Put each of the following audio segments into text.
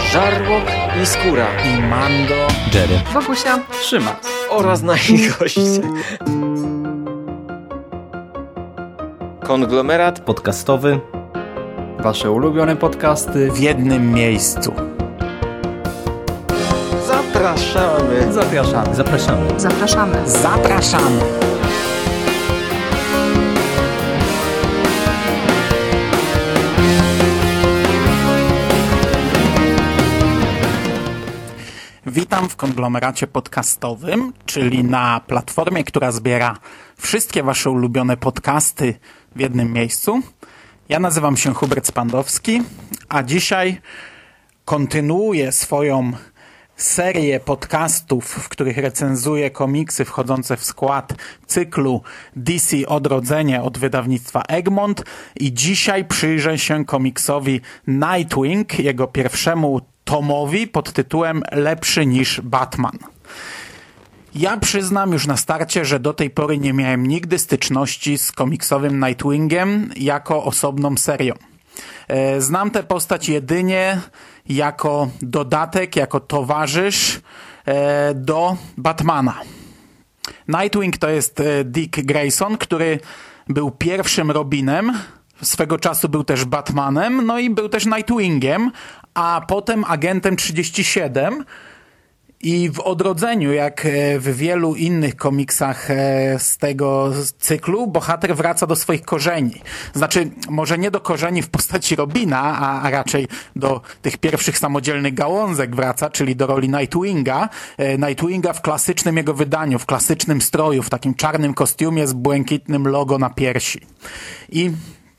Żarłok i Skóra i Mando, Jerry, Bogusia, Szymas oraz nasi goście. Konglomerat podcastowy. Wasze ulubione podcasty w jednym miejscu. Zapraszamy. Zapraszamy. Zapraszamy. zapraszamy. Zapraszamy! Witam w konglomeracie podcastowym, czyli na platformie, która zbiera wszystkie wasze ulubione podcasty w jednym miejscu. Ja nazywam się Hubert Spandowski, a dzisiaj kontynuuję swoją serię podcastów, w których recenzuję komiksy wchodzące w skład cyklu DC Odrodzenie od wydawnictwa Egmont i dzisiaj przyjrzę się komiksowi Nightwing, jego pierwszemu tomowi pod tytułem Lepszy niż Batman. Ja przyznam już na starcie, że do tej pory nie miałem nigdy styczności z komiksowym Nightwingiem jako osobną serią. Znam tę postać jedynie jako dodatek, jako towarzysz do Batmana. Nightwing to jest Dick Grayson, który był pierwszym Robinem, swego czasu był też Batmanem, no i był też Nightwingiem, a potem agentem 37. I w Odrodzeniu, jak w wielu innych komiksach z tego cyklu, bohater wraca do swoich korzeni. Znaczy, może nie do korzeni w postaci Robina, a raczej do tych pierwszych samodzielnych gałązek wraca, czyli do roli Nightwinga. Nightwinga w klasycznym jego wydaniu, w klasycznym stroju, w takim czarnym kostiumie z błękitnym logo na piersi. I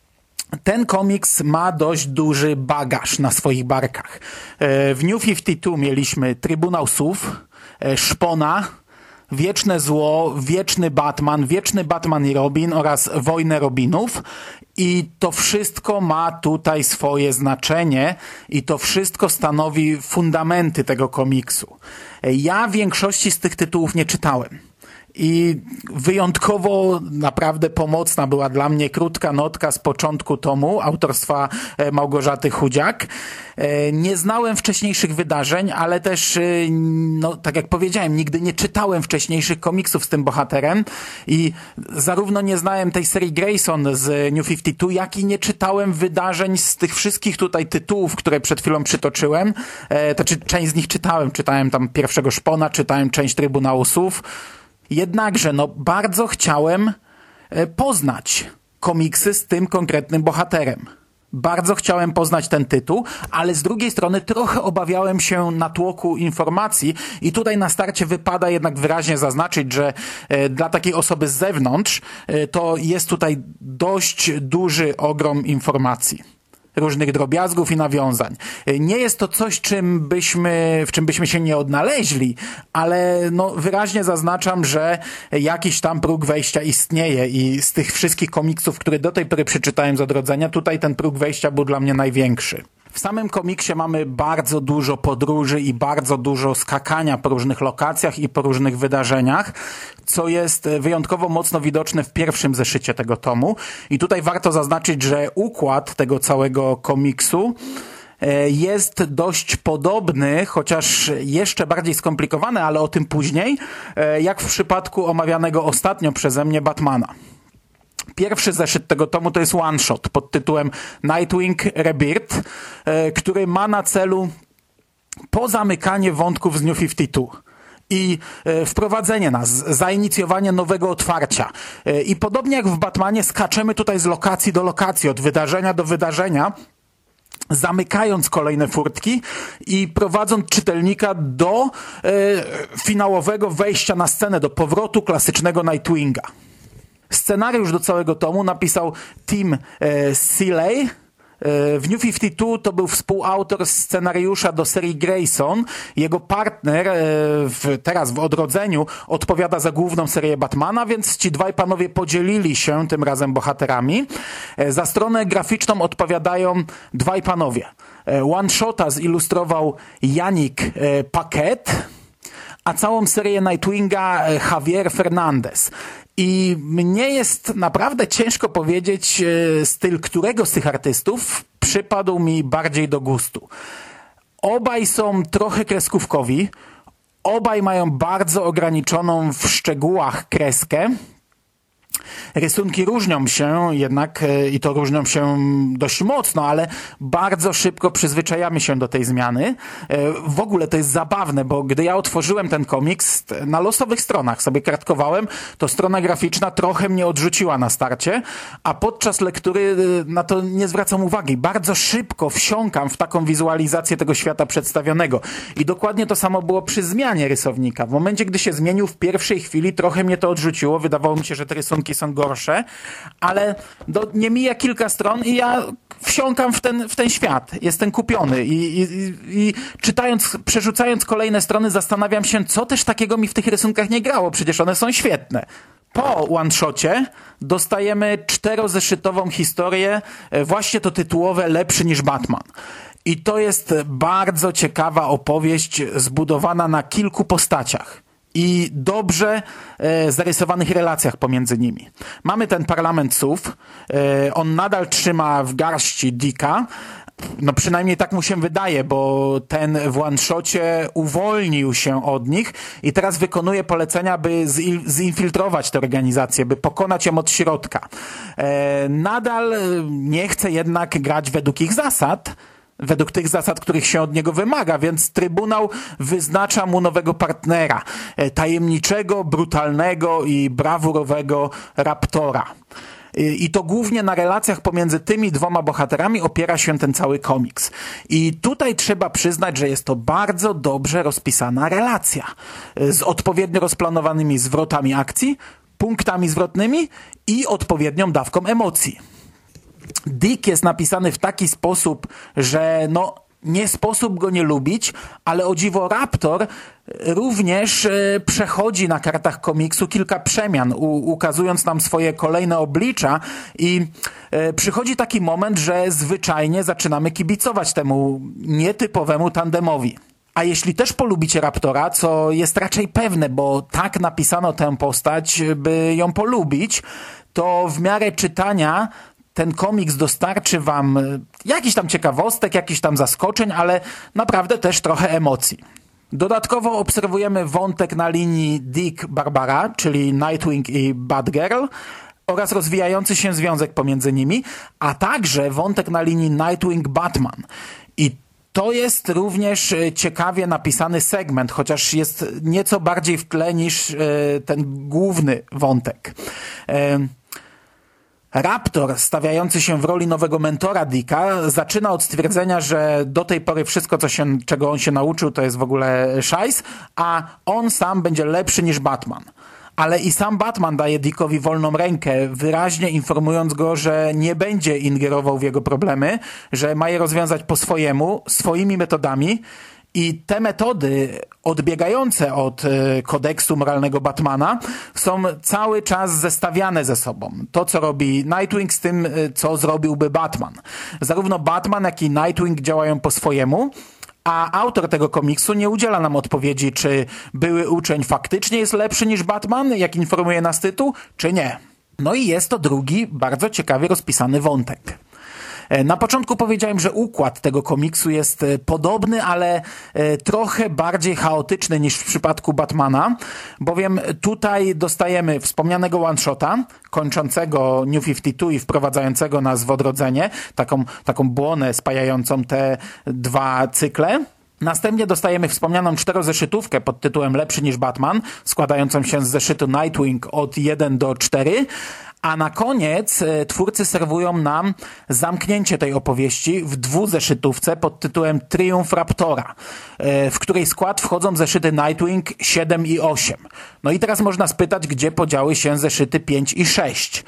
ten komiks ma dość duży bagaż na swoich barkach. W New 52 mieliśmy Trybunał Słów, Szpona, Wieczne Zło, Wieczny Batman i Robin oraz Wojnę Robinów. I to wszystko ma tutaj swoje znaczenie i to wszystko stanowi fundamenty tego komiksu. Ja większości z tych tytułów nie czytałem. I wyjątkowo naprawdę pomocna była dla mnie krótka notka z początku tomu autorstwa Małgorzaty Chudziak. Nie znałem wcześniejszych wydarzeń, ale też, no, tak jak powiedziałem, nigdy nie czytałem wcześniejszych komiksów z tym bohaterem i zarówno nie znałem tej serii Grayson z New 52, jak i nie czytałem wydarzeń z tych wszystkich tutaj tytułów, które przed chwilą przytoczyłem. Część z nich czytałem tam pierwszego Szpona, czytałem część Trybunału Słów. Jednakże, bardzo chciałem poznać komiksy z tym konkretnym bohaterem. Bardzo chciałem poznać ten tytuł, ale z drugiej strony trochę obawiałem się natłoku informacji i tutaj na starcie wypada jednak wyraźnie zaznaczyć, że dla takiej osoby z zewnątrz to jest tutaj dość duży ogrom informacji. Różnych drobiazgów i nawiązań. Nie jest to coś, w czym byśmy się nie odnaleźli, ale wyraźnie zaznaczam, że jakiś tam próg wejścia istnieje i z tych wszystkich komiksów, które do tej pory przeczytałem z Odrodzenia, tutaj ten próg wejścia był dla mnie największy. W samym komiksie mamy bardzo dużo podróży i bardzo dużo skakania po różnych lokacjach i po różnych wydarzeniach, co jest wyjątkowo mocno widoczne w pierwszym zeszycie tego tomu. I tutaj warto zaznaczyć, że układ tego całego komiksu jest dość podobny, chociaż jeszcze bardziej skomplikowany, ale o tym później, jak w przypadku omawianego ostatnio przeze mnie Batmana. Pierwszy zeszyt tego tomu to jest one shot pod tytułem Nightwing Rebirth, który ma na celu pozamykanie wątków z New 52 i wprowadzenie nas, zainicjowanie nowego otwarcia. I podobnie jak w Batmanie skaczemy tutaj z lokacji do lokacji, od wydarzenia do wydarzenia, zamykając kolejne furtki i prowadząc czytelnika do finałowego wejścia na scenę, do powrotu klasycznego Nightwinga. Scenariusz do całego tomu napisał Tim Seeley. W New 52 to był współautor scenariusza do serii Grayson. Jego partner teraz w Odrodzeniu odpowiada za główną serię Batmana, więc ci dwaj panowie podzielili się tym razem bohaterami. Za stronę graficzną odpowiadają dwaj panowie. One-shota zilustrował Yannick Paquette, a całą serię Nightwinga Javier Fernandez. I mnie jest naprawdę ciężko powiedzieć, styl którego z tych artystów przypadł mi bardziej do gustu. Obaj są trochę kreskówkowi. Obaj mają bardzo ograniczoną w szczegółach kreskę. Rysunki różnią się jednak i to różnią się dość mocno, ale bardzo szybko przyzwyczajamy się do tej zmiany. W ogóle to jest zabawne, bo gdy ja otworzyłem ten komiks, na losowych stronach sobie kartkowałem, to strona graficzna trochę mnie odrzuciła na starcie, a podczas lektury na to nie zwracam uwagi. Bardzo szybko wsiąkam w taką wizualizację tego świata przedstawionego. I dokładnie to samo było przy zmianie rysownika. W momencie, gdy się zmienił w pierwszej chwili, trochę mnie to odrzuciło. Wydawało mi się, że te rysunki są gorsze, ale nie mija kilka stron i ja wsiąkam w ten świat. Jestem kupiony i czytając, przerzucając kolejne strony zastanawiam się, co też takiego mi w tych rysunkach nie grało. Przecież one są świetne. Po one-shocie dostajemy 4-zeszytową historię, właśnie to tytułowe Lepszy niż Batman. I to jest bardzo ciekawa opowieść zbudowana na kilku postaciach i dobrze zarysowanych relacjach pomiędzy nimi. Mamy ten parlament SUV, on nadal trzyma w garści Dicka, no przynajmniej tak mu się wydaje, bo ten w one-shocie uwolnił się od nich i teraz wykonuje polecenia, by zinfiltrować tę organizację, by pokonać ją od środka. Nadal nie chce jednak grać według ich zasad, według tych zasad, których się od niego wymaga, więc Trybunał wyznacza mu nowego partnera, tajemniczego, brutalnego i brawurowego Raptora. I to głównie na relacjach pomiędzy tymi dwoma bohaterami opiera się ten cały komiks. I tutaj trzeba przyznać, że jest to bardzo dobrze rozpisana relacja z odpowiednio rozplanowanymi zwrotami akcji, punktami zwrotnymi i odpowiednią dawką emocji. Dick jest napisany w taki sposób, że nie sposób go nie lubić, ale o dziwo Raptor również przechodzi na kartach komiksu kilka przemian, ukazując nam swoje kolejne oblicza i przychodzi taki moment, że zwyczajnie zaczynamy kibicować temu nietypowemu tandemowi. A jeśli też polubicie Raptora, co jest raczej pewne, bo tak napisano tę postać, by ją polubić, to w miarę czytania ten komiks dostarczy wam jakiś tam ciekawostek, jakiś tam zaskoczeń, ale naprawdę też trochę emocji. Dodatkowo obserwujemy wątek na linii Dick-Barbara, czyli Nightwing i Batgirl, oraz rozwijający się związek pomiędzy nimi, a także wątek na linii Nightwing-Batman. I to jest również ciekawie napisany segment, chociaż jest nieco bardziej w tle niż ten główny wątek. Raptor, stawiający się w roli nowego mentora Dicka, zaczyna od stwierdzenia, że do tej pory wszystko, czego on się nauczył, to jest w ogóle szajs, a on sam będzie lepszy niż Batman. Ale i sam Batman daje Dickowi wolną rękę, wyraźnie informując go, że nie będzie ingerował w jego problemy, że ma je rozwiązać po swojemu, swoimi metodami. I te metody odbiegające od kodeksu moralnego Batmana są cały czas zestawiane ze sobą. To, co robi Nightwing z tym, co zrobiłby Batman. Zarówno Batman, jak i Nightwing działają po swojemu, a autor tego komiksu nie udziela nam odpowiedzi, czy były uczeń faktycznie jest lepszy niż Batman, jak informuje nas tytuł, czy nie. No i jest to drugi, bardzo ciekawie rozpisany wątek. Na początku powiedziałem, że układ tego komiksu jest podobny, ale trochę bardziej chaotyczny niż w przypadku Batmana, bowiem tutaj dostajemy wspomnianego one-shota, kończącego New 52 i wprowadzającego nas w odrodzenie, taką błonę spajającą te dwa cykle. Następnie dostajemy wspomnianą 4-zeszytówkę pod tytułem Lepszy niż Batman, składającą się z zeszytu Nightwing od 1 do 4, a na koniec twórcy serwują nam zamknięcie tej opowieści w 2-zeszytówce pod tytułem Triumf Raptora, w której skład wchodzą zeszyty Nightwing 7 i 8. No i teraz można spytać, gdzie podziały się zeszyty 5 i 6.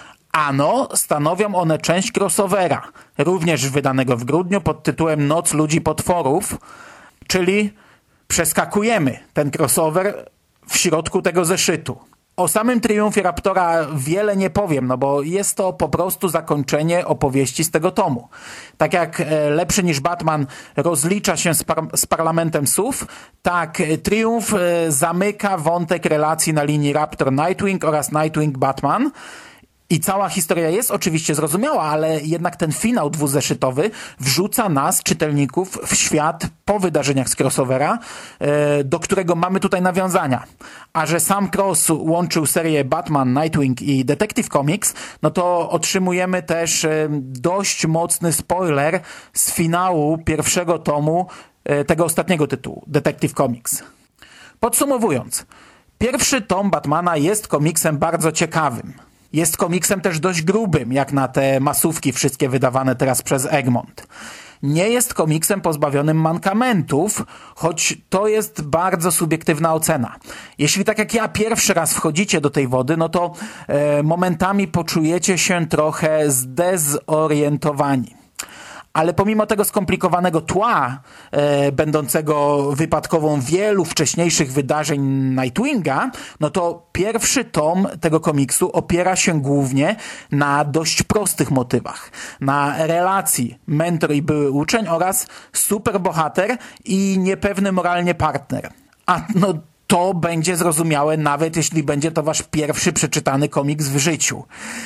Ano, stanowią one część crossovera, również wydanego w grudniu pod tytułem Noc Ludzi Potworów, czyli przeskakujemy ten crossover w środku tego zeszytu. O samym Triumfie Raptora wiele nie powiem, bo jest to po prostu zakończenie opowieści z tego tomu. Tak jak Lepszy niż Batman rozlicza się z Parlamentem SUV, tak Triumf zamyka wątek relacji na linii Raptor-Nightwing oraz Nightwing-Batman. I cała historia jest oczywiście zrozumiała, ale jednak ten finał dwuzeszytowy wrzuca nas, czytelników, w świat po wydarzeniach z crossovera, do którego mamy tutaj nawiązania. A że sam Cross łączył serię Batman, Nightwing i Detective Comics, no to otrzymujemy też dość mocny spoiler z finału pierwszego tomu tego ostatniego tytułu, Detective Comics. Podsumowując, pierwszy tom Batmana jest komiksem bardzo ciekawym. Jest komiksem też dość grubym, jak na te masówki wszystkie wydawane teraz przez Egmont. Nie jest komiksem pozbawionym mankamentów, choć to jest bardzo subiektywna ocena. Jeśli tak jak ja pierwszy raz wchodzicie do tej wody, no to momentami poczujecie się trochę zdezorientowani. Ale pomimo tego skomplikowanego tła, będącego wypadkową wielu wcześniejszych wydarzeń Nightwinga, no to pierwszy tom tego komiksu opiera się głównie na dość prostych motywach. Na relacji mentor i były uczeń oraz superbohater i niepewny moralnie partner. A no to będzie zrozumiałe, nawet jeśli będzie to wasz pierwszy przeczytany komiks w życiu.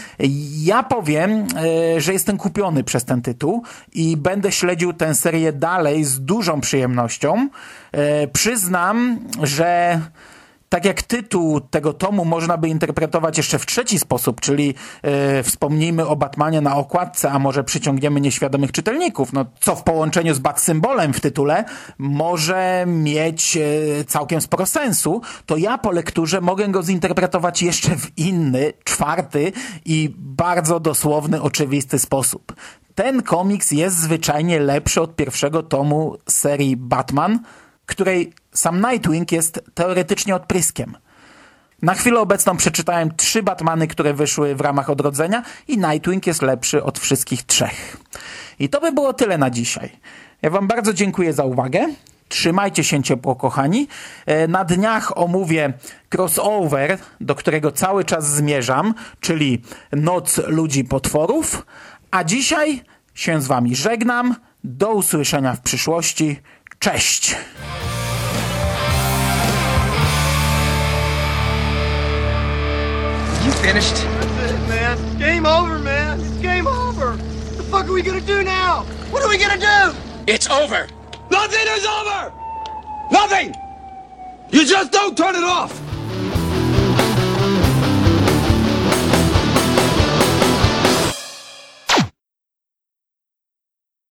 Ja powiem, że jestem kupiony przez ten tytuł i będę śledził tę serię dalej z dużą przyjemnością. Przyznam, że tak jak tytuł tego tomu można by interpretować jeszcze w trzeci sposób, czyli wspomnijmy o Batmanie na okładce, a może przyciągniemy nieświadomych czytelników, no co w połączeniu z Bat-symbolem w tytule może mieć całkiem sporo sensu, to ja po lekturze mogę go zinterpretować jeszcze w inny, czwarty i bardzo dosłowny, oczywisty sposób. Ten komiks jest zwyczajnie lepszy od pierwszego tomu serii Batman, której sam Nightwing jest teoretycznie odpryskiem. Na chwilę obecną przeczytałem 3 Batmany, które wyszły w ramach Odrodzenia i Nightwing jest lepszy od wszystkich 3. I to by było tyle na dzisiaj. Ja wam bardzo dziękuję za uwagę. Trzymajcie się ciepło, kochani. Na dniach omówię crossover, do którego cały czas zmierzam, czyli Noc Ludzi Potworów. A dzisiaj się z wami żegnam. Do usłyszenia w przyszłości. Cześć! You finished? That's it, man. Game over, man. It's game over. What the fuck are we gonna do now? What are we gonna do? It's over. Nothing is over! Nothing! You just don't turn it off!